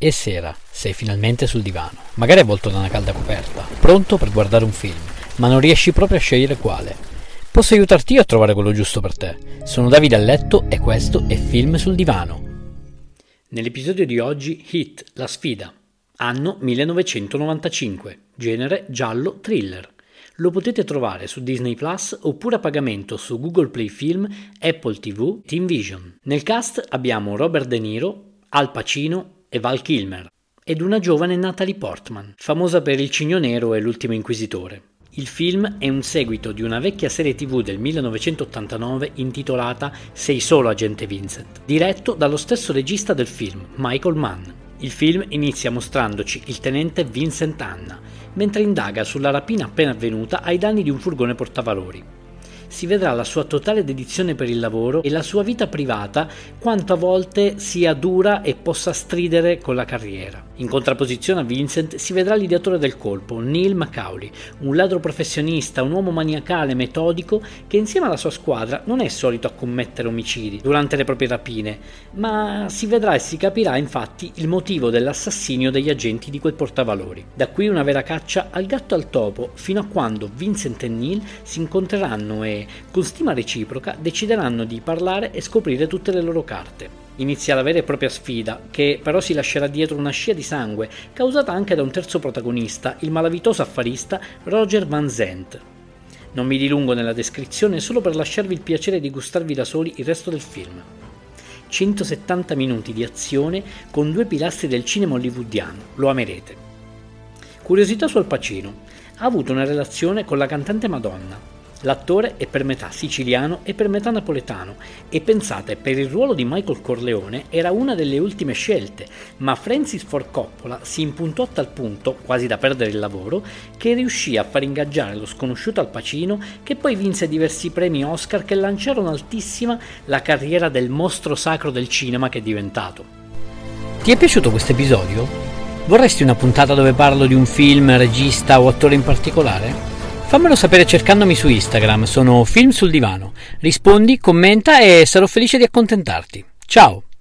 È sera, sei finalmente sul divano, magari avvolto da una calda coperta, pronto per guardare un film, ma non riesci proprio a scegliere quale. Posso aiutarti io a trovare quello giusto per te. Sono Davide a letto e questo è Film sul divano. Nell'episodio di oggi, Hit, la sfida. Anno 1995, genere giallo thriller. Lo potete trovare su Disney Plus oppure a pagamento su Google Play Film, Apple TV, Team Vision. Nel cast abbiamo Robert De Niro, Al Pacino e Val Kilmer, ed una giovane Natalie Portman, famosa per Il Cigno Nero e L'Ultimo Inquisitore. Il film è un seguito di una vecchia serie TV del 1989 intitolata Sei solo agente Vincent, diretto dallo stesso regista del film, Michael Mann. Il film inizia mostrandoci il tenente Vincent Hanna, mentre indaga sulla rapina appena avvenuta ai danni di un furgone portavalori. Si vedrà la sua totale dedizione per il lavoro e la sua vita privata quanto a volte sia dura e possa stridere con la carriera. In contrapposizione a Vincent si vedrà l'ideatore del colpo, Neil McCauley, un ladro professionista, un uomo maniacale, metodico, che insieme alla sua squadra non è solito a commettere omicidi durante le proprie rapine, ma si vedrà e si capirà infatti il motivo dell'assassinio degli agenti di quel portavalori. Da qui una vera caccia al gatto e al topo, fino a quando Vincent e Neil si incontreranno e, con stima reciproca, decideranno di parlare e scoprire tutte le loro carte. Inizia la vera e propria sfida, che però si lascerà dietro una scia di sangue causata anche da un terzo protagonista, il malavitoso affarista Roger Van Zandt. Non mi dilungo nella descrizione solo per lasciarvi il piacere di gustarvi da soli il resto del film. 170 minuti di azione con due pilastri del cinema hollywoodiano, lo amerete. Curiosità su Al Pacino: ha avuto una relazione con la cantante Madonna. L'attore è per metà siciliano e per metà napoletano e pensate, per il ruolo di Michael Corleone era una delle ultime scelte, ma Francis Ford Coppola si impuntò a tal punto, quasi da perdere il lavoro, che riuscì a far ingaggiare lo sconosciuto Al Pacino, che poi vinse diversi premi Oscar che lanciarono altissima la carriera del mostro sacro del cinema che è diventato. Ti è piaciuto questo episodio? Vorresti una puntata dove parlo di un film, regista o attore in particolare? Fammelo sapere cercandomi su Instagram, sono Film sul divano. Rispondi, commenta e sarò felice di accontentarti. Ciao!